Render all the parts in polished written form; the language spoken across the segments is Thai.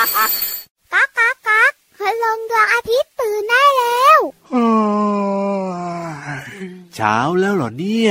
ก๊ากก๊ากก๊ากคืลงดวงอาทิตย์ตื่นได้แล้วเช้าแล้วเหรอเนี่ย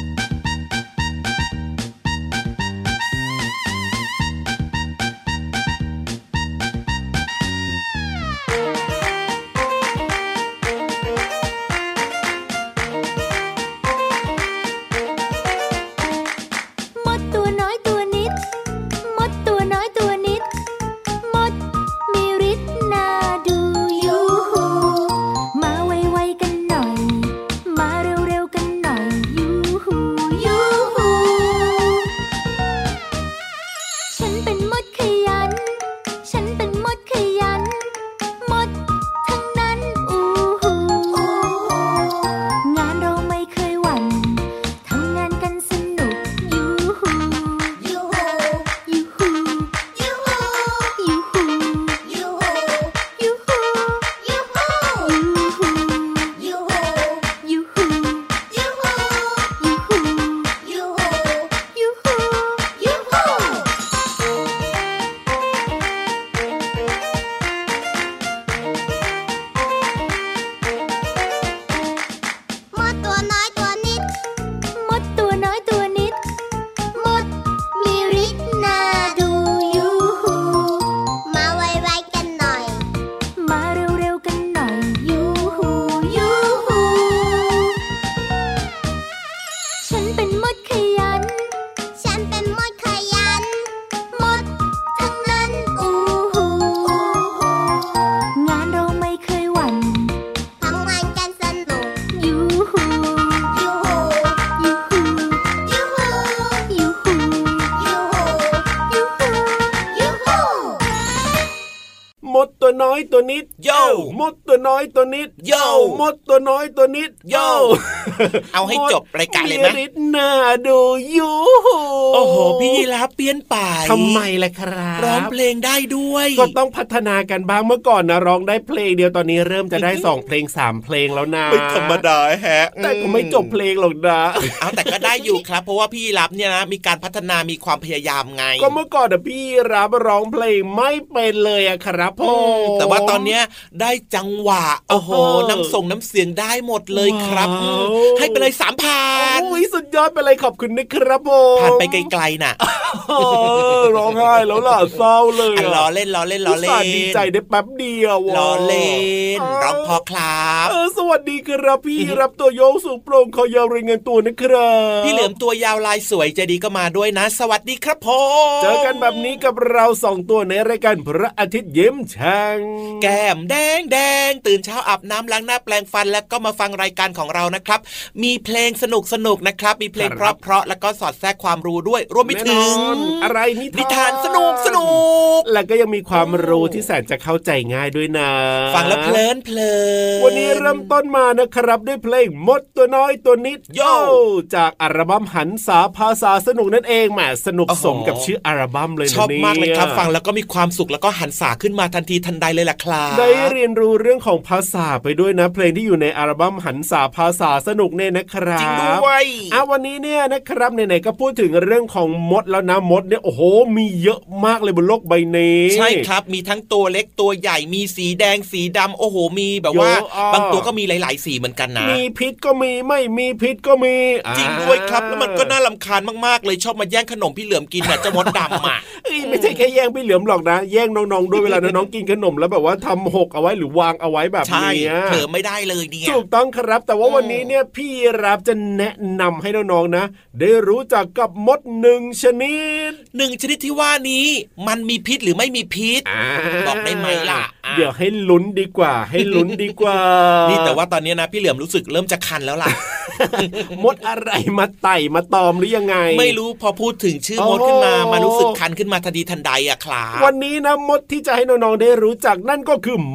น้อยตัวนิดโย่มดตัวน้อยตัวนิดโย่มดตัวน้อยตัวนิดโย่เอาให้จบรายการเลยไหมนิดน่าดูยูโอ้โหพี่ยีราฟเปลี่ยนไปทำไมล่ะครับร้องเพลงได้ด้วยก็ต้องพัฒนากันบ้างเมื่อก่อนนะร้องได้เพลงเดียวตอนนี้เริ่มจะได้2เพลง3เพลงแล้วนะไม่ธรรมดาแฮะแต่ก็ไม่จบเพลงหรอกนะเอาแต่ก็ได้อยู่ครับเพราะว่าพี่ยีราฟเนี่ยนะมีการพัฒนามีความพยายามไงก็เมื่อก่อนนะพี่ยีราฟร้องเพลงไม่เป็นเลยอะครับพ่อแต่ว่าตอนเนี้ยได้จังหวะโอ้โหน้ำเสียงได้หมดเลยครับให้ไปเลย3,000 โอ้ยสุดยอดไปเลยขอบคุณนะครับผมผ่านไปไกลๆน่ะร้องไห้แล้วล่ะเศร้าเลยล้อเล่นดีใจได้แป๊บเดียวล้อเล่นร้องพอครับสวัสดีครับพี่รับตัวโยงสูงโปร่งคอยาวรายงานตัวนะครับพี่เหลือมตัวยาวลายสวยใจดีก็มาด้วยนะสวัสดีครับพ่อเจอกันแบบนี้กับเรา2ตัวในรายการพระอาทิตย์ยิ้มแฉ่งแก้มแดงตื่นเช้าอาบน้ำล้างหน้าแปรงฟันแล้วก็มาฟังรายการของเรานะครับมีเพลงสนุกนะครับมีเพลงเพราะแล้วก็สอดแทรกความรู้ด้วยรวมไปถึงอะไรนิทานสนุกแล้วก็ยังมีความรู้ที่แสนจะเข้าใจง่ายด้วยนะฟังแล้วเพลินวันนี้เริ่มต้นมานะครับด้วยเพลงมดตัวน้อยตัวนิดโย่จากอัลบั้มหันษาภาษาสนุกนั่นเองแหมสนุกสมกับชื่ออัลบั้มเลยนะชอบมากเลยครับฟังแล้วก็มีความสุขแล้วก็หันษาขึ้นมาทันทีทันใดเลยล่ะครับได้เรียนรู้เรื่องของภาษาไปด้วยนะเพลงที่อยู่ในอัลบั้มหันษาภาษาสนุกเนี่ยนะครับจริงด้วยวันนี้เนี่ยนะครับไหนๆก็พูดถึงเรื่องของมดแล้วนะมดเนี่ยโอ้โหมีเยอะมากเลยบนโลกใบนี้ใช่ครับมีทั้งตัวเล็กตัวใหญ่มีสีแดงสีดำโอ้โหมีแบบว่าบางตัวก็มีหลายๆสีเหมือนกันนะมีพิษก็มีไม่มีพิษก็มีจริงด้วยครับแล้วมันก็น่ารำคาญมากๆเลยชอบมาแย่งขนมพี่เหลือมกินน่ะเจ้ามดดำอ่ะไม่ใช่แค่แย่งพี่เหลือมหรอกนะแย่งน้องๆด้วยเวลาน้องๆกินขนมแล้วแบบว่าทำหกเอาไว้หรือวางเอาไว้แบบนี้เผลอไม่ได้เลยเนี่ยถูกต้องครับแต่ว่าวันนี้เนี่ยพี่รับจะแนะนำให้น้องๆนะได้รู้จักกับมด1ชนิดที่ว่านี้มันมีพิษหรือไม่มีพิษบอกได้ไหมล่ะเดี๋ยวให้ลุ้นดีกว่านี่แต่ว่าตอนนี้นะพี่เหลือมรู้สึกเริ่มจะคันแล้วล่ะมดอะไรมาไต่มาตอมหรือยังไงไม่รู้พอพูดถึงชื่อมดขึ้นมารู้สึกคันขึ้นมาทันทีทันใดอะครับวันนี้นะมดที่จะให้น้องๆได้รู้จักนั่นก็คือมด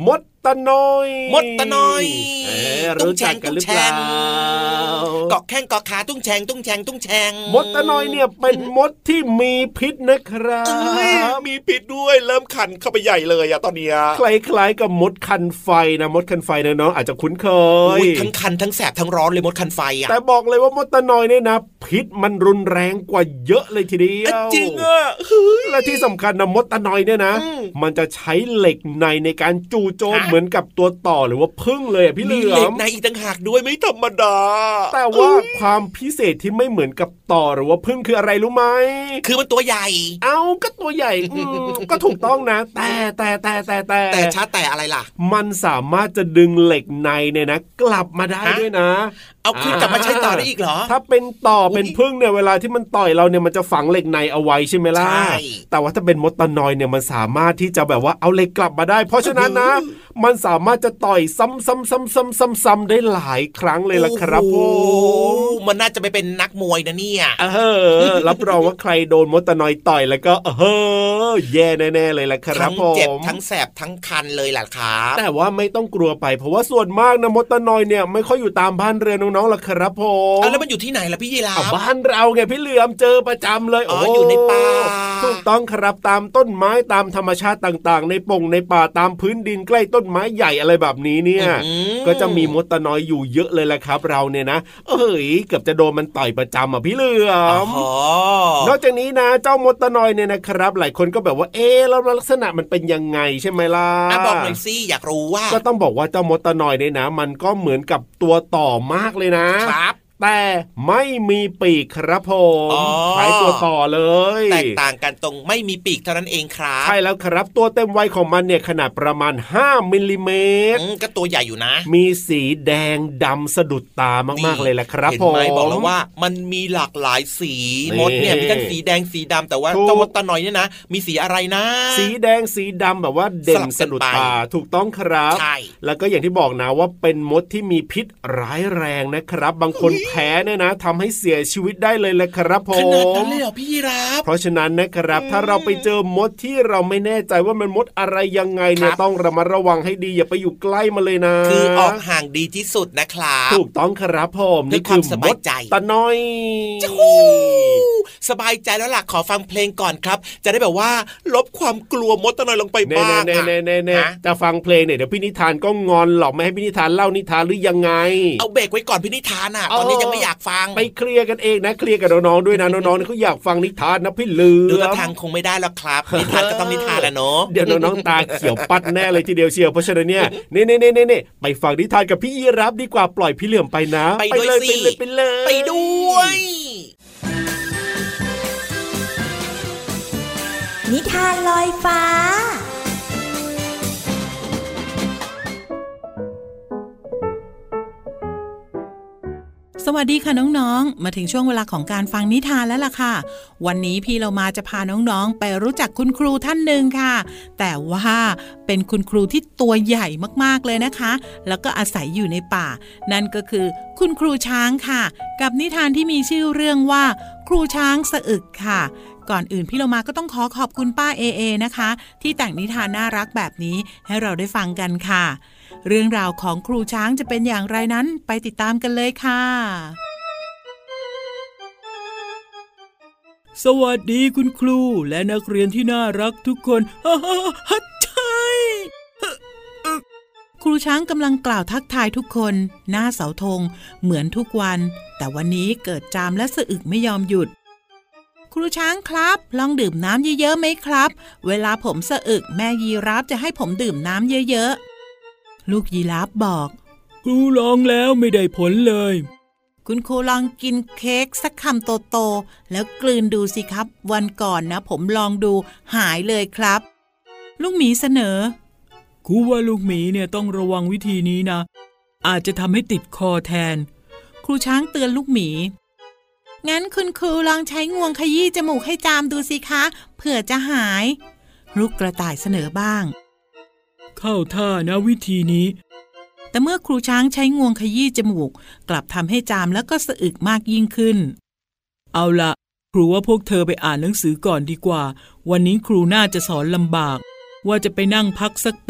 ตะน้อยมดตะน้อยรู้จักกันหรือเปล่าเกาะแข้งเกาะขาตุ้งแฉงตุ้งแฉงตุ้งแฉงมดตะน้อยเนี่ยเป็นมดที่มีพิษนะครับมีพิษด้วยเริ่มคันเข้าไปใหญ่เลยอะตอนนี้คล้ายๆกับมดคันไฟนะมดคันไฟนะน้องอาจจะคุ้นเคยทั้งคันทั้งแสบทั้งร้อนเลยมดคันไฟอะแต่บอกเลยว่ามดตะน้อยเนี่ยนะพิษมันรุนแรงกว่าเยอะเลยทีเดียวจริงอะและที่สำคัญนะมดตะน้อยเนี่ยนะมันจะใช้เหล็กในการจู่โจมเหมือนกับตัวต่อหรือว่าพึ่งเลยพี่เหลือมมีเหล็กในอีกต่างหากด้วยไม่ธรรมดาแต่ว่าความพิเศษที่ไม่เหมือนกับต่อหรือว่าพึ่งคืออะไรรู้ไหมคือมันตัวใหญ่ก็ตัวใหญ่ก็ถูกต้องนะแต่ช้าแต่อะไรล่ะมันสามารถจะดึงเหล็กในเนี่ยนะกลับมาได้ด้วยนะเอาขึ้นกลับมาใช้ต่อได้อีกเหรอถ้าเป็นต่อเป็นพึ่งเนี่ยเวลาที่มันต่อยเราเนี่ยมันจะฝังเหล็กในเอาไว้ใช่ไหมล่ะแต่ว่าถ้าเป็นมดตะนอยเนี่ยมันสามารถที่จะแบบว่าเอาเหล็กกลับมาได้เพราะฉะนั้นนะมันสามารถจะต่อยซ้ำๆได้หลายครั้งเลยล่ะครับผมมันน่าจะไปเป็นนักมวยนะเนี่ยรับรองว่าใครโดนมดตะนอยต่อยแล้วก็แย่แน่ๆเลยล่ะครับผมทั้งเจ็บทั้งแสบทั้งคันเลยล่ะครับแต่ว่าไม่ต้องกลัวไปเพราะว่าส่วนมากนะมดตะนอยเนี่ยไม่ค่อยอยู่ตามบ้านเรือนน้องๆล่ะครับผมแล้วมันอยู่ที่ไหนล่ะพี่ยีราฟบ้านเราไงพี่เหลือมเจอประจำเลยอยู่ในป่าถูกต้องครับตามต้นไม้ตามธรรมชาติต่างๆในป่าตามพื้นดินใกล้ต้นไม้ใหญ่อะไรแบบนี้เนี่ยก็จะมีมดตะนอยอยู่เยอะเลยแหละครับเราเนี่ยนะเกือบจะโดนมันต่อยประจำอ่ะพี่เหลือมนอกจากนี้นะเจ้ามดตะนอยเนี่ยนะครับหลายคนก็แบบว่าแล้วลักษณะมันเป็นยังไงใช่ไหมล่ะบอกหน่อยสิอยากรู้ว่าก็ต้องบอกว่าเจ้ามดตะนอยเนี่ยนะมันก็เหมือนกับตัวต่อมากเลยนะครับแต่ไม่มีปีกครับผมคล้ายตัวต่อเลยแตกต่างกันตรงไม่มีปีกเท่านั้นเองครับใช่แล้วครับตัวเต็มวัยของมันเนี่ยขนาดประมาณ5มิลลิเมตรก็ตัวใหญ่อยู่นะมีสีแดงดำสะดุดตามากๆเลยแหละครับผมเห็นไหมบอกแล้วว่ามันมีหลากหลายสีมดเนี่ยมีทั้งสีแดงสีดำแต่ว่าเจ้ามดตะนอยเนี่ยนะมีสีอะไรนะสีแดงสีดำแบบว่าเด่นสะดุดตาถูกต้องครับใช่แล้วก็อย่างที่บอกนะว่าเป็นมดที่มีพิษร้ายแรงนะครับบางคนแพ้เนี่ยนะทำให้เสียชีวิตได้เลยแหละครับผมขนาดนั้นเลยเหรอพี่ยีราฟเพราะฉะนั้นนะครับถ้าเราไปเจอมดที่เราไม่แน่ใจว่ามันมดอะไรยังไงเนี่ยต้องระมัดระวังให้ดีอย่าไปอยู่ใกล้มันเลยนะคือออกห่างดีที่สุดนะครับถูกต้องครับผมนี่คือมดตะน้อยสบายใจแล้วล่ะขอฟังเพลงก่อนครับจะได้แบบว่าลบความกลัวมดตะนอยลงไปบ้างจะฟังเพลงเนี่ยเดี๋ยวพี่นิทานก็งอนหรอกไม่ให้พี่นิทานเล่านิทานหรือยังไงเอาเบรกไว้ก่อนพี่นิทานอ่ะตอนนี้ยังไม่อยากฟังไปเคลียร์กันเองนะเคลียร์กับน้องๆด้วยนะน้องๆเขาอยากฟังนิทานนะพี่ลือดูทางคงไม่ได้แล้วครับนิทานก็ต้องนิทานแหละเนาะเดี๋ยวน้องๆตาเขียวปัดแน่เลยทีเดียวเชียวเพราะฉะนั้นเนี่ยเน่ไปฟังนิทานกับพี่ยีรับดีกว่าปล่อยพี่เหลื่อมไปนะไปเลยไปด้วยนิทานลอยฟ้าสวัสดีค่ะน้องๆมาถึงช่วงเวลาของการฟังนิทานแล้วล่ะค่ะวันนี้พี่เรามาจะพาน้องๆไปรู้จักคุณครูท่านหนึ่งค่ะแต่ว่าเป็นคุณครูที่ตัวใหญ่มากๆเลยนะคะแล้วก็อาศัยอยู่ในป่านั่นก็คือคุณครูช้างค่ะกับนิทานที่มีชื่อเรื่องว่าครูช้างสะอึกค่ะก่อนอื่นพี่เรามาก็ต้องขอบคุณป้าเอนะคะที่แต่งนิทานน่ารักแบบนี้ให้เราได้ฟังกันค่ะเรื่องราวของครูช้างจะเป็นอย่างไรนั้นไปติดตามกันเลยค่ะสวัสดีคุณครูและนักเรียนที่น่ารักทุกคนฮัทไทยครูช้างกำลังกล่าวทักทายทุกคนหน้าเสาธงเหมือนทุกวันแต่วันนี้เกิดจามและสะอึกไม่ยอมหยุดครูช้างครับลองดื่มน้ำเยอะๆไหมครับเวลาผมสะอึกแม่ยีราฟจะให้ผมดื่มน้ำเยอะๆลูกยีราฟบอกครูลองแล้วไม่ได้ผลเลยคุณครูลองกินเค้กสักคำโตๆแล้วกลืนดูสิครับวันก่อนนะผมลองดูหายเลยครับลูกหมีเสนอครูว่าลูกหมีเนี่ยต้องระวังวิธีนี้นะอาจจะทำให้ติดคอแทนครูช้างเตือนลูกหมีงั้นคุณครูลองใช้งวงขยี้จมูกให้จามดูสิคะเผื่อจะหายลูกกระต่ายเสนอบ้างเข้าท่านะวิธีนี้แต่เมื่อครูช้างใช้งวงขยี้จมูกกลับทำให้จามแล้วก็สะอึกมากยิ่งขึ้นเอาล่ะครูว่าพวกเธอไปอ่านหนังสือก่อนดีกว่าวันนี้ครูน่าจะสอนลำบากว่าจะไปนั่งพักสักแป๊บ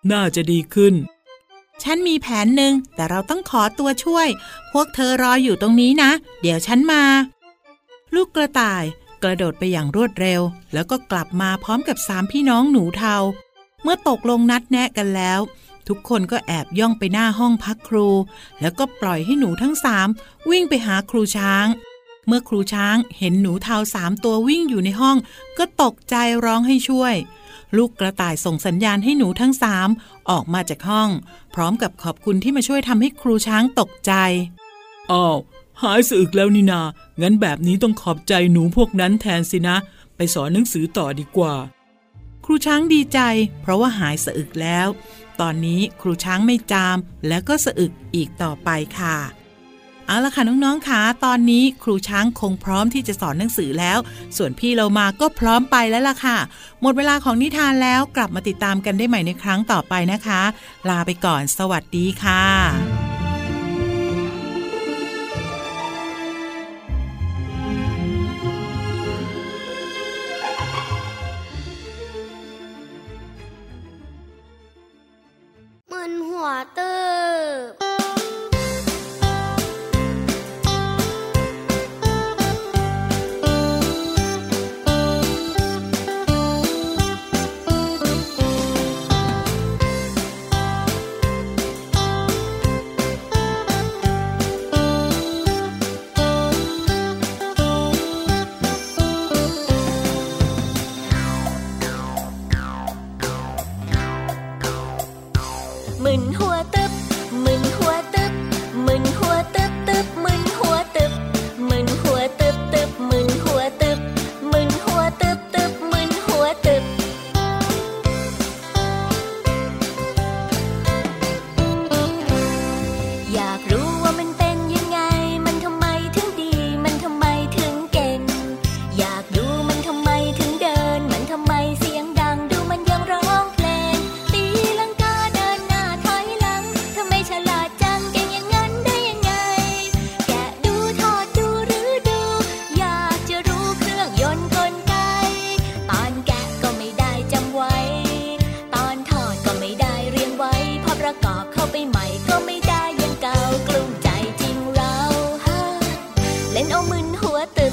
น่าจะดีขึ้นฉันมีแผนหนึ่งแต่เราต้องขอตัวช่วยพวกเธอรออยู่ตรงนี้นะเดี๋ยวฉันมาลูกกระต่ายกระโดดไปอย่างรวดเร็วแล้วก็กลับมาพร้อมกับ3พี่น้องหนูเทาเมื่อตกลงนัดแนะกันแล้วทุกคนก็แอบย่องไปหน้าห้องพักครูแล้วก็ปล่อยให้หนูทั้ง3วิ่งไปหาครูช้างเมื่อครูช้างเห็นหนูเทา3ตัววิ่งอยู่ในห้องก็ตกใจร้องให้ช่วยลูกกระต่ายส่งสัญญาณให้หนูทั้ง3ออกมาจากห้องพร้อมกับขอบคุณที่มาช่วยทำให้ครูช้างตกใจอ้าวหายสะอึกแล้วนี่นางั้นแบบนี้ต้องขอบใจหนูพวกนั้นแทนสินะไปสอนหนังสือต่อดีกว่าครูช้างดีใจเพราะว่าหายสะอึกแล้วตอนนี้ครูช้างไม่จามและก็สะอึกอีกต่อไปค่ะเอาล่ะค่ะน้องๆค่ะตอนนี้ครูช้างคงพร้อมที่จะสอนหนังสือแล้วส่วนพี่เรามาก็พร้อมไปแล้วล่ะค่ะหมดเวลาของนิทานแล้วกลับมาติดตามกันได้ใหม่ในครั้งต่อไปนะคะลาไปก่อนสวัสดีค่ะมึนหัวตึบมึนหัวตึบมึนหัวตึบมึนหัวตึบตึบมึนหัวตึบมึนหัวตึบตึบมึนหัวตึบมึนหัวตึบตึบมึนหัวตึบอยากรู้ว่ามันเป็นยังไงมันทำไมถึงดีมันทำไมถึงเก่งอยากดูมันทำไมถึงเดินมันทำไมเสียงดังดูมันยังร้องเพลงตีลังกาเดินหน้าถอยหลังทำไมฉลาดจังเก่งอย่างนั้นได้ยังไงแกะดูทอดดูหรือดูอยากจะรู้เครื่องยนต์กลไกตอนแกะก็ไม่ได้จำไว้ตอนทอดก็ไม่ได้เรียงไว้พอประกอบเข้าไปใหม่ก็ไม่ได้ยังเก่ากลุ้มใจจริงเราเล่นเอามึนหัวตึบ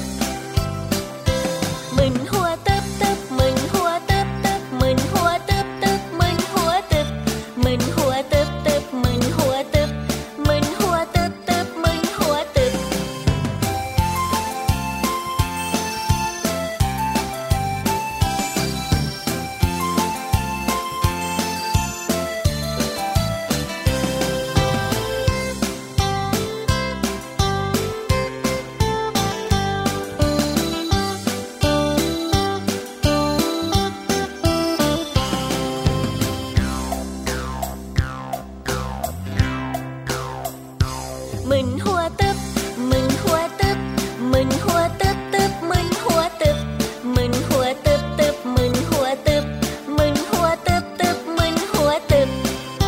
มึนหัวตึบตึบมึนหัวตึบตึบมึนหัวตึบตึบมึนหัวตึบมึนหัวตึบตึบมึนหัวตึบมึนหัวตึบตึบมึนหัวตึบมึนหัวตึบมึนหัวตึบมึนหัวตึบตึบมึนหัวตึบมึนหัวตึบตึบมึนหัวตึบมึนหัวตึบตึบมึนหัวตึบ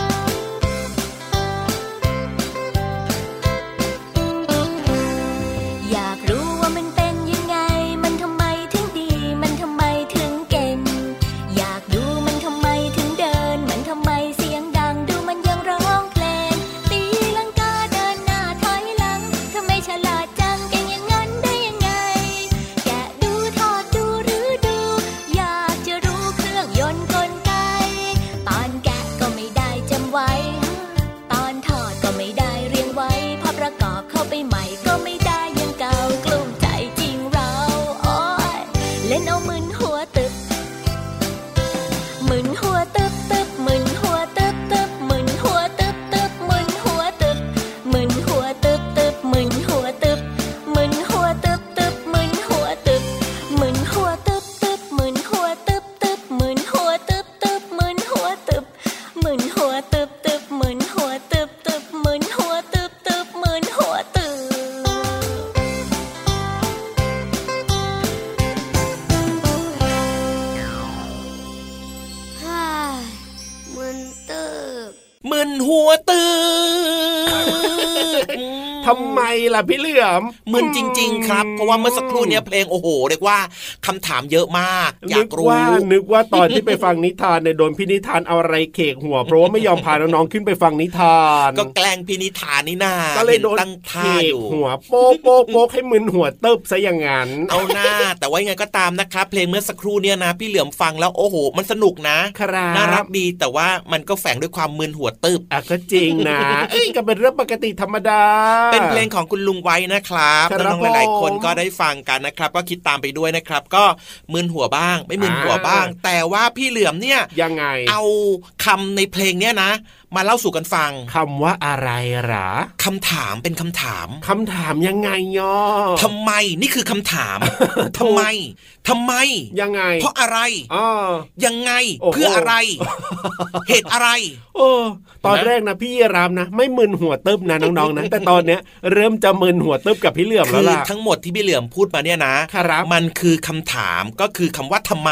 อยากรู้ว่ามันเป็นยังไงมันทำไมถึงดีมันทำไมถึงเก่งอยากดูมันทำไมถึงเดินมันทำไมเสียงดังดูมันยังร้องเพลงตีลังกาเดินหน้าถอยหลังทำไมฉลาดจังเก่งอย่างนั้นได้ยังไงแกะดูทอดดูหรือดูอยากจะรู้เครื่องยนต์กลไกตอนแกะก็ไม่ได้จำไว้ตอนทอดก็ไม่ได้เรียงไว้พอประกอบเข้าไปใหม่ก็ไม่ได้ยังเก่ากลุ้มใจจริงเราโอ๊ยเล่นเอามึนหัวตึบมึนหัวตึบตึบมึนหัวตึบตึบมึนหัวตึบตึบมึนหัวตึบมึนหัวตึบตึบมึนหัวตึบมึนหัวตึบตึบมึนหัวตึบมึนหัวตึบตึบมึนหัวตึบตึบมึนหัวตึบตึบมึนหัวตึบมึนหัวตึบตึบมึนหัวตึบตึบมึนหัวตึบตึบมึนหัวตึบฮ่ามึนตึบมึนหัวตึบทำไมล่ะพี่เหลือมมึนจริงๆครับเพราะว่าเมื่อสักครู่นี้เพลงโอ้โหเรียกว่าคำถามเยอะมากอยากรู้นึกว่าตอนที่ไปฟังนิทานเนี่ยโดนพี่นิทานเอาอะไรเขกหัวเพราะว่าไม่ยอมพาน้องๆขึ้นไปฟังนิทานก็แกล้งพี่นิทานนี่นาก็เลยโดนตั้งท่าอยู่หัวโป๊กโป๊กโป๊กให้มึนหัวเติบซะอย่างนั้นเอาหน้าแต่ว่ายังไงก็ตามนะครับเพลงเมื่อสักครู่เนี่ยนะพี่เหลือมฟังแล้วโอ้โหมันสนุกนะน่ารักดีแต่ว่ามันก็แฝงด้วยความมึนหัวตึบก็จริงนะก็เป็นเรื่องปกติธรรมดาเป็นเพลงของคุณลุงไว้นะครับน้องๆหลายๆคนก็ได้ฟังกันนะครับก็คิดตามไปด้วยนะครับก็มึนหัวบ้างไม่มึนหัวบ้างแต่ว่าพี่เหลือมเนี่ยยังไงเอาคำในเพลงเนี้ยนะมาเล่าสู่กันฟังคำว่าอะไรหรอคำถามเป็นคำถามยังไงย่อทำไมนี่คือคำถาม ทำไมยังไงเพราะอะไรยังไงเพื่ออะไร เหตุอะไรตอนแรกนะพี่รามนะไม่มึนหัวตึ๊บนะน้องๆนะแต่ตอนเนี้ยเริ่มจะมึนหัวตึ๊บกับพี่เหลือมแล้วล่ะทั้งหมดที่พี่เหลือมพูดมาเนี่ยนะมันคือคำถามก็คือคำว่าทำไม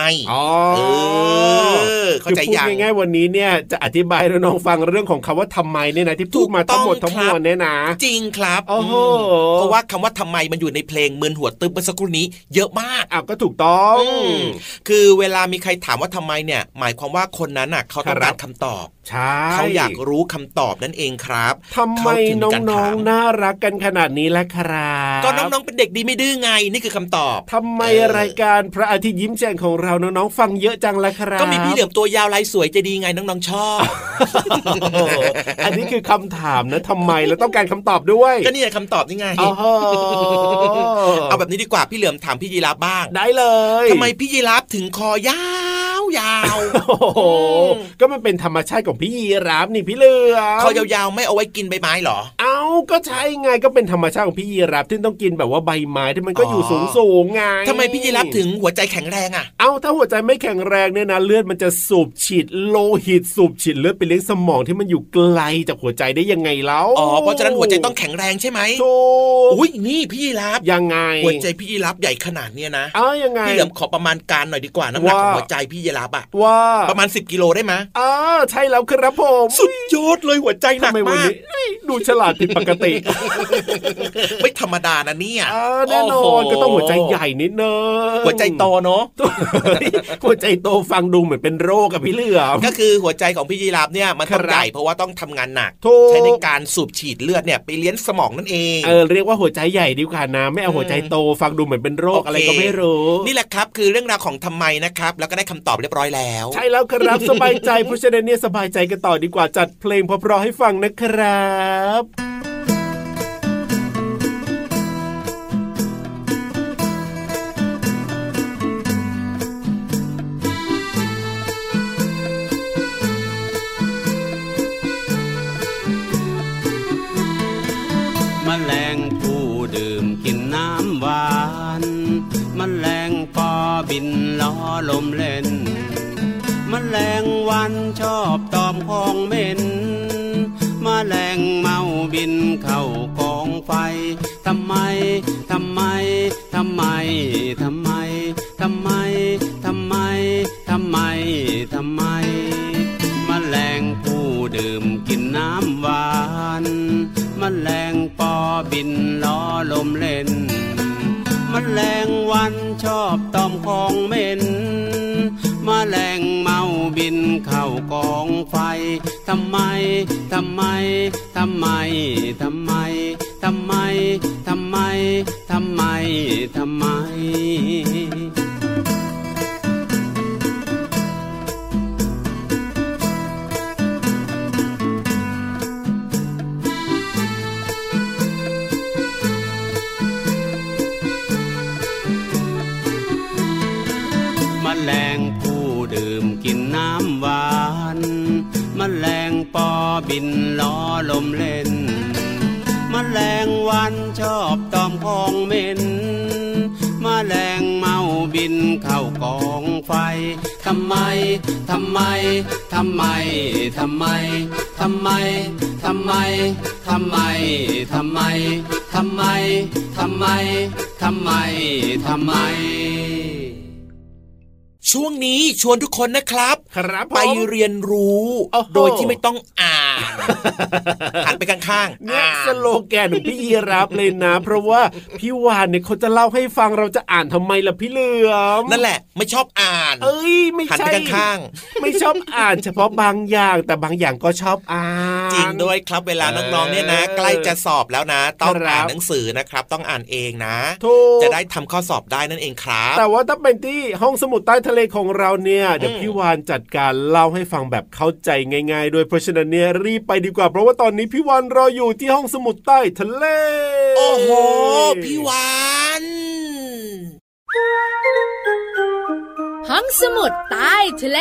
เข้าใจยังง่ายๆวันนี้เนี่ยจะอธิบายให้น้องๆฟังเรื่องของคำว่าทำไมเนี่ยนะที่พูดมาทั้งหมดทั้งมวลเนี่ยนะจริงครับเพราะว่าคำว่าทำไมมันอยู่ในเพลงมึนหัวตึ๊บเมื่อสักครู่นี้เยอะมากก็ถูกต้องคือเวลามีใครถามว่าทำไมเนี่ยหมายความว่าคนนั้นน่ะเขาต้องการคำตอบเขาอยากรู้คำตอบนั่นเองครับทำไมน้องๆน่ารักกันขนาดนี้ล่ะครับก็น้องๆเป็นเด็กดีไม่ดื้อไงนี่คือคำตอบทำไมรายการพระอาทิตย์ยิ้มแฉ่งของเราน้องๆฟังเยอะจังล่ะครับก็มีพี่เหลือมตัวยาวลายสวยใจดีไงน้องๆชอบอันนี้คือคำถามนะทำไมแล้วต้องการคำตอบด้วยก็นี่คำตอบนี่ไงเอาแบบนี้ดีกว่าพี่เหลือมถามพี่ยีราฟบ้างได้เลยทำไมพี่ยีราฟถึงคอยาวก็มันเป็นธรรมชาติของพี่ยีราฟนี่พี่เหลือมคอยาวๆไม่เอาไว้กินใบไม้หรอเอาก็ใช่ไงก็เป็นธรรมชาติของพี่ยีราฟที่ต้องกินแบบว่าใบไม้ที่มันก็อยู่สูงไงทำไมพี่ยีราฟถึงหัวใจแข็งแรงอ่ะเอาถ้าหัวใจไม่แข็งแรงเนี่ยนะเลือดมันจะสูบฉีดโลหิตสูบฉีดเลือดไปเลี้ยงสมองที่มันอยู่ไกลจากหัวใจได้ยังไงแล้วเพราะฉะนั้นหัวใจต้องแข็งแรงใช่ไหมถูกอุ้ยนี่พี่ยีราฟยังไงหัวใจพี่ยีราฟใหญ่ขนาดเนี้ยนะยังไงพี่เหลือมขอประมาณการหน่อยดีกว่าน้ำหนักของหัวใจพี่ยีราฟอะว่าประมาณ10 กิโลได้ไหมใช่แล้วครับผมสุดยอดเลยหัวใจหนักมากดูฉลาดผิดปกติไม่ธรรมดานะเนี่ยแน่นอนก็ต้องหัวใจใหญ่นิดนึงหัวใจโตเนาะหัวใจโตฟังดูเหมือนเป็นโรคกับพี่เหลือมก็คือหัวใจของพี่ยีราฟเนี่ยมันต้องใหญ่เพราะว่าต้องทำงานหนักใช้ในการสูบฉีดเลือดเนี่ยไปเลี้ยงสมองนั่นเองเรียกว่าหัวใจใหญ่ดีกว่านะไม่เอาหัวใจโตฟังดูเหมือนเป็นโรคอะไรก็ไม่รู้นี่แหละครับคือเรื่องราวของทำไมนะครับแล้วก็ได้คำตอบเรียบร้อยแล้วใช่แล้วครับสบายใจเพราะฉะนั้นเนี่ยสบายใจกันต่อดีกว่าจัดเพลงเพราะๆให้ฟังนะครับแมลงผู้ดื่มกินน้ำหวานแมลงปอบินล้อลมเล่นแมลงวันชอบตอมของเหม็นแมลงเมาบินเข้ากองไฟทำไมทำไมทำไมทำไมทำไมทำไมทำไมทำไมแมลงผู้ดื่มกินน้ำหวานแมลงปอบินล้อลมเล่นแมลงวันชอบตอมของเหม็นแมลงเมาบินเข้ากองไฟทำไมทำไมทำไมทำไมทำไมทำไมทำไมทำไมแมลงผู้ดื่มกินน้ำหวานแมลงปอบินล้อลมเล่นแมลงวันชอบตอมของเหม็นแมลงเมาบินเข้ากองไฟทำไมทำไมทำไมทำไมทำไมทำไมทำไมทำไมทำไมทำไมทำไมทำไมช่วงนี้ชวนทุกคนนะครับไปเรียนรู้โดยที่ไม่ต้องอ่านหันไปข้างๆเนี่ยสโลแกนของพี่ยีรับเลยนะเพราะว่าพี่วานเนี่ยเขาจะเล่าให้ฟังเราจะอ่านทำไมล่ะพี่เหลือมนั่นแหละไม่ชอบอ่านไม่ใช่หันไปข้างๆไม่ชอบอ่านเฉพาะบางอย่างแต่บางอย่างก็ชอบอ่านจริงด้วยครับเวลาน้องๆเนี่ยนะใกล้จะสอบแล้วนะต้องอ่านหนังสือนะครับต้องอ่านเองนะจะได้ทำข้อสอบได้นั่นเองครับแต่ว่าถ้าเป็นที่ห้องสมุดใต้ทะเลของเราเนี่ยเดี๋ยวพี่วานจัดการเล่าให้ฟังแบบเข้าใจง่ายๆด้วยเพราะฉะนั้นเนี่ยรีบไปดีกว่าเพราะว่าตอนนี้พี่วานรออยู่ที่ห้องสมุดใต้ทะเลโอ้โหพี่วานห้องสมุดใต้ทะเล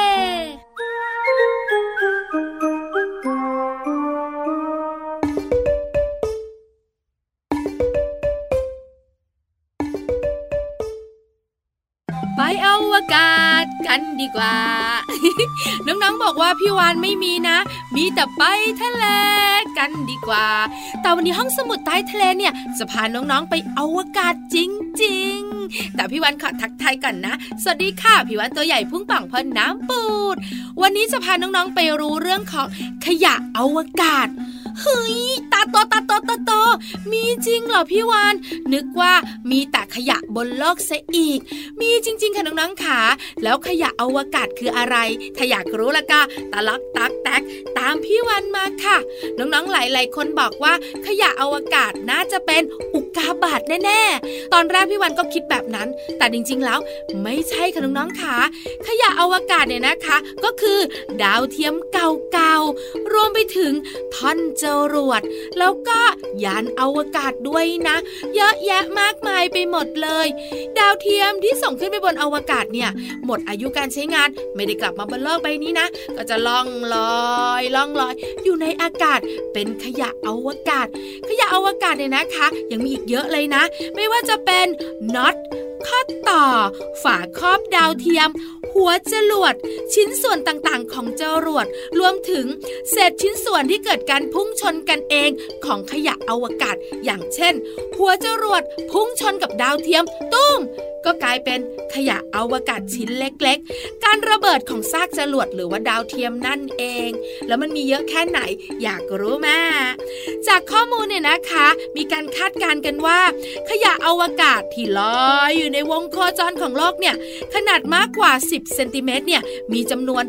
ไปอวกาศกันดีกว่า น้องๆบอกว่าพี่วานไม่มีนะมีแต่ไปทะเลกันดีกว่าแต่วันนี้ห้องสมุดใต้ทะเลเนี่ยจะพาน้องๆไปอวกาศจริงๆแต่พี่วานขอทักทายก่อนนะสวัสดีค่ะพี่วานตัวใหญ่พุ่งป่องพอน้ำปูดวันนี้จะพาน้องๆไปรู้เรื่องของขยะอวกาศเฮ้ยตาโตมีจริงเหรอพี่วานนึกว่ามีแต่ขยะบนโลกซะอีกมีจริงๆค่ะน้องๆค่ะแล้วขยะอวกาศคืออะไรถ้าอยากรู้ละก็ตะลักตักแตกตามพี่วานมาค่ะน้องๆหลายๆคนบอกว่าขยะอวกาศน่าจะเป็นอุกกาบาตแน่ๆตอนแรกพี่วานก็คิดแบบนั้นแต่จริงๆแล้วไม่ใช่ค่ะน้องๆค่ะขยะอวกาศเนี่ยนะคะก็คือดาวเทียมเก่าๆรวมไปถึงท่อนจรวดแล้วก็ยานอวกาศด้วยนะเยอะแยะมากมายไปหมดเลยดาวเทียมที่ส่งขึ้นไปบนอวกาศเนี่ยหมดอายุการใช้งานไม่ได้กลับมาบนโลกใบนี้นะก็จะล่องลอยอยู่ในอากาศเป็นขยะอวกาศขยะอวกาศเนี่ยนะคะยังมีอีกเยอะเลยนะไม่ว่าจะเป็นน็อตข้อต่อฝาครอบดาวเทียมหัวจรวดชิ้นส่วนต่างๆของจรวดรวมถึงเศษชิ้นส่วนที่เกิดการพุ่งชนกันเองของขยะอวกาศอย่างเช่นหัวจรวดพุ่งชนกับดาวเทียมตุ้มก็กลายเป็นขยะอวกาศชิ้นเล็กๆการระเบิดของซากจรวดหรือว่าดาวเทียมนั่นเองแล้วมันมีเยอะแค่ไหนอยากรู้ไหมจากข้อมูลเนี่ยนะคะมีการคาดการณ์กันว่าขยะอวกาศที่ลอยอยู่ในวงโคจรของโลกเนี่ยขนาดมากกว่า10เซนติเมตรเนี่ยมีจำนวน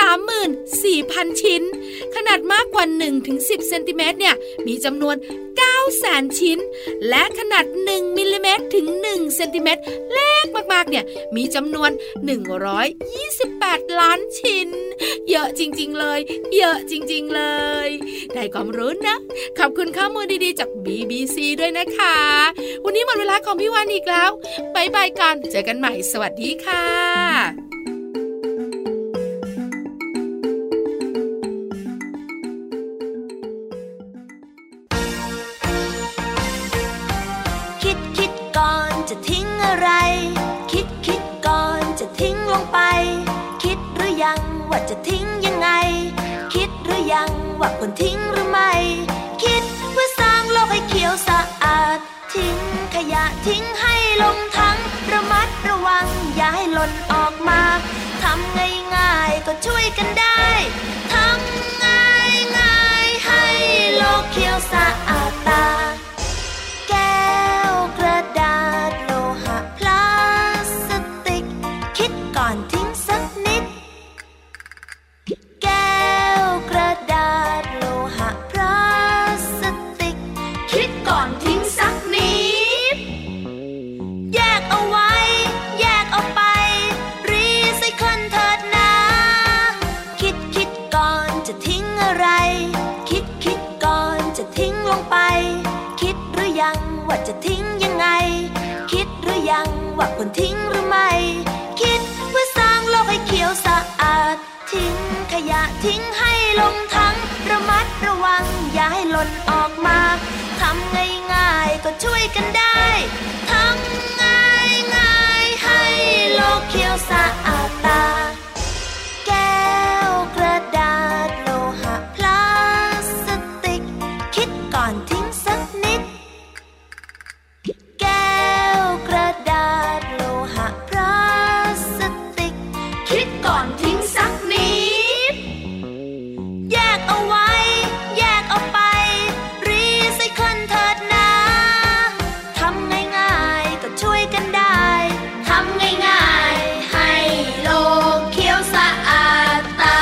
34,000 ชิ้นขนาดมากกว่า 1-10 เซนติเมตรเนี่ยมีจำนวน 900,000 ชิ้นและขนาด1มิลลิเมตรถึง1เซนติเมตรเล็กมากๆเนี่ยมีจำนวน128ล้านชิ้นเยอะจริงๆเลยเยอะจริงๆเลยได้ความรู้นะขอบคุณข้อมูลดีๆจาก BBC ด้วยนะคะวันนี้หมดเวลาของพี่วานอีกแล้วบ๊ายบายกันเจอกันใหม่สวัสดีค่ะคิดก่อนจะทิ้งอะไรคิดก่อนจะทิ้งลงไปคิดหรือยังว่าจะทิ้งยังไงคิดหรือยังว่าควรทิ้งหรือไม่คิดเพื่อสร้างโลกให้เขียวสะอาดทิ้งขยะทิ้งให้ลงถังระมัดระวังอย่าให้หล่นออกมาทำง่ายๆก็ช่วยกันได้ทำง่ายๆให้โลกเขียวสะอาดตาแก้วกระดาษโลหะพลาสติกคิดก่อนทิ้งสักนิดแก้วกระดาษโลหะพลาสติกคิดก่อนทิ้งสักนิดแยกเอาไว้แยกเอาไปรีไซเคิลเถิดนะคิดก่อนจะทิ้งอะไรคิดก่อนจะทิ้งลงไปคิดหรือยังว่าจะทิ้งยังไงคิดหรือยังว่าควรทิ้งหรือไม่คิดเพื่อสร้างโลกให้เขียวสะอาดทิ้งขยะทิ้งให้ลงถังระมัดระวังอย่าให้หล่นออกมาทำง่ายๆก็ช่วยกันได้ทำง่ายๆให้โลกเขียวสะอาดตาแก้วกระดาษโลหะพลาสติกคิดก่อนทิ้งสักนิดแก้วกระดาษโลหะพลาสติกก่อนทิ้งสักนิดแยกเอาไว้แยกเอาไปรีไซเคิลเถิดนะทำง่ายๆก็ช่วยกันได้ทำง่ายๆให้โลกเขียวสะอาดตา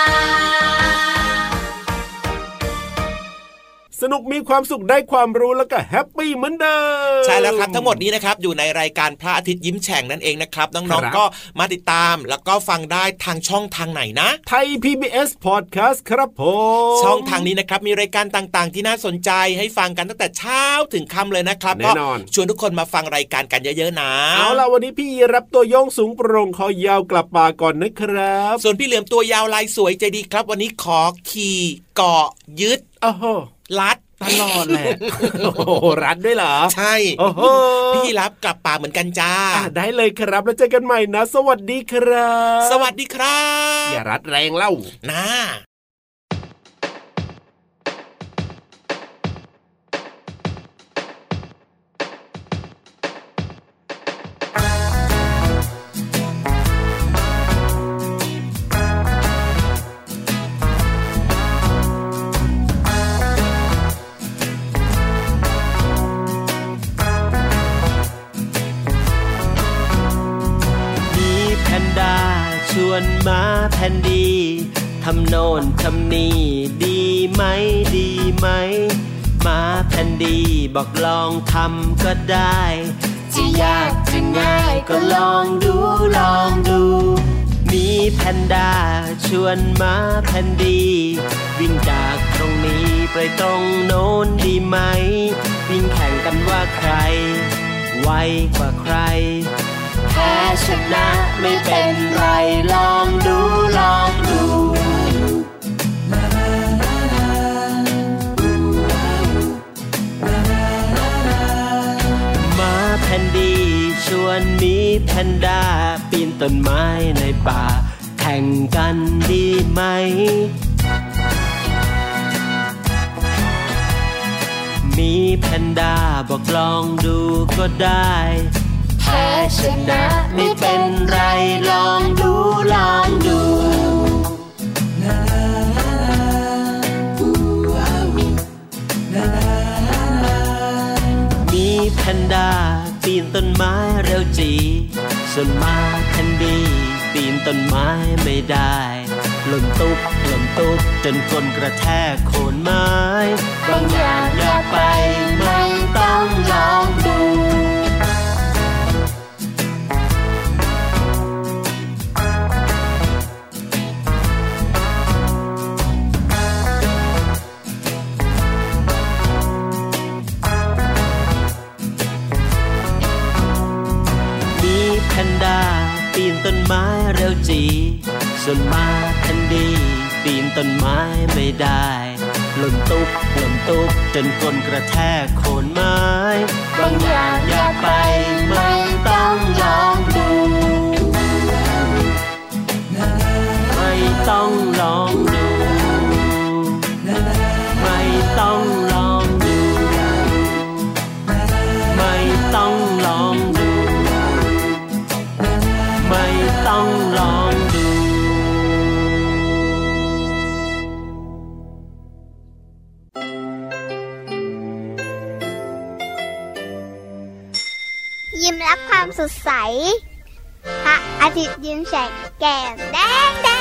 สนุกมีความสุขได้ความรู้แล้วก็แฮปปี้เหมือนเดิมใช่แล้วครับทั้งหมดนี้นะครับอยู่ในรายการพระอาทิตย์ยิ้มแฉ่งนั่นเองนะครับน้องๆก็มาติดตามแล้วก็ฟังได้ทางช่องทางไหนนะไทย PBS Podcast ครับผมช่องทางนี้นะครับมีรายการต่างๆที่น่าสนใจให้ฟังกันตั้งแต่เช้าถึงค่ำเลยนะครับแน่นอนชวนทุกคนมาฟังรายการกันเยอะๆนะเอาล่ะวันนี้พี่รับตัวโยงสูงโปร่งคอยาวกลับป่าก่อนนะครับส่วนพี่เหลือมตัวยาวลายสวยใจดีครับวันนี้ขอขี่เกาะยึดลัดตลอดแหละโอ้โหรัดด้วยเหรอใช่โอ้โหพี่รับกลับป่าเหมือนกันจ้าได้เลยครับแล้วเจอกันใหม่นะสวัสดีครับสวัสดีครับอย่ารัดแรงเล่านะชวนมาแผ่นดีทำโน่นทำนี่ดีไหมดีไหมมาแผ่นดีบอกลองทำก็ได้จะยากจะง่ายก็ลองดูลองดูมีแพนด้าชวนมาแผ่นดีวิ่งจากตรงนี้ไปตรงโน้นดีไหมวิ่งแข่งกันว่าใครไวกว่าใครแพ้ชนะไม่เป็นไรลองดูลองดูมาแผ่นดีชวนมีแพนด้าปีนต้นไม้ในป่าแข่งกันดีไหมมีแพนด้าบอกลองดูก็ได้แพ้ชนะไม่เป็นไรลองดูลองดูมีแพนด้าปีนต้นไม้เร็วจีส่วนมาแคนดี้ปีนต้นไม้ไม่ได้หล่นตุ๊บจนก้นกระแทกโคนไม้บางอย่างอยากไปไม่ต้องลองดูแพนด้าปีนต้นไม้เร็วจีส่วนมาแคนดี้ปีนต้นไม้ไม่ได้หล่นตุ๊บจนก้นกระแทกโคนไม้บางอย่างอยากไปไม่ต้องลองดูไม่ต้องลองดูไม่ต้องลองดูไม่ต้องลองดูไม่ต้องลองดูยิ้มรับความสดใสพระอาทิตย์ยิ้มแฉกแก้มแดง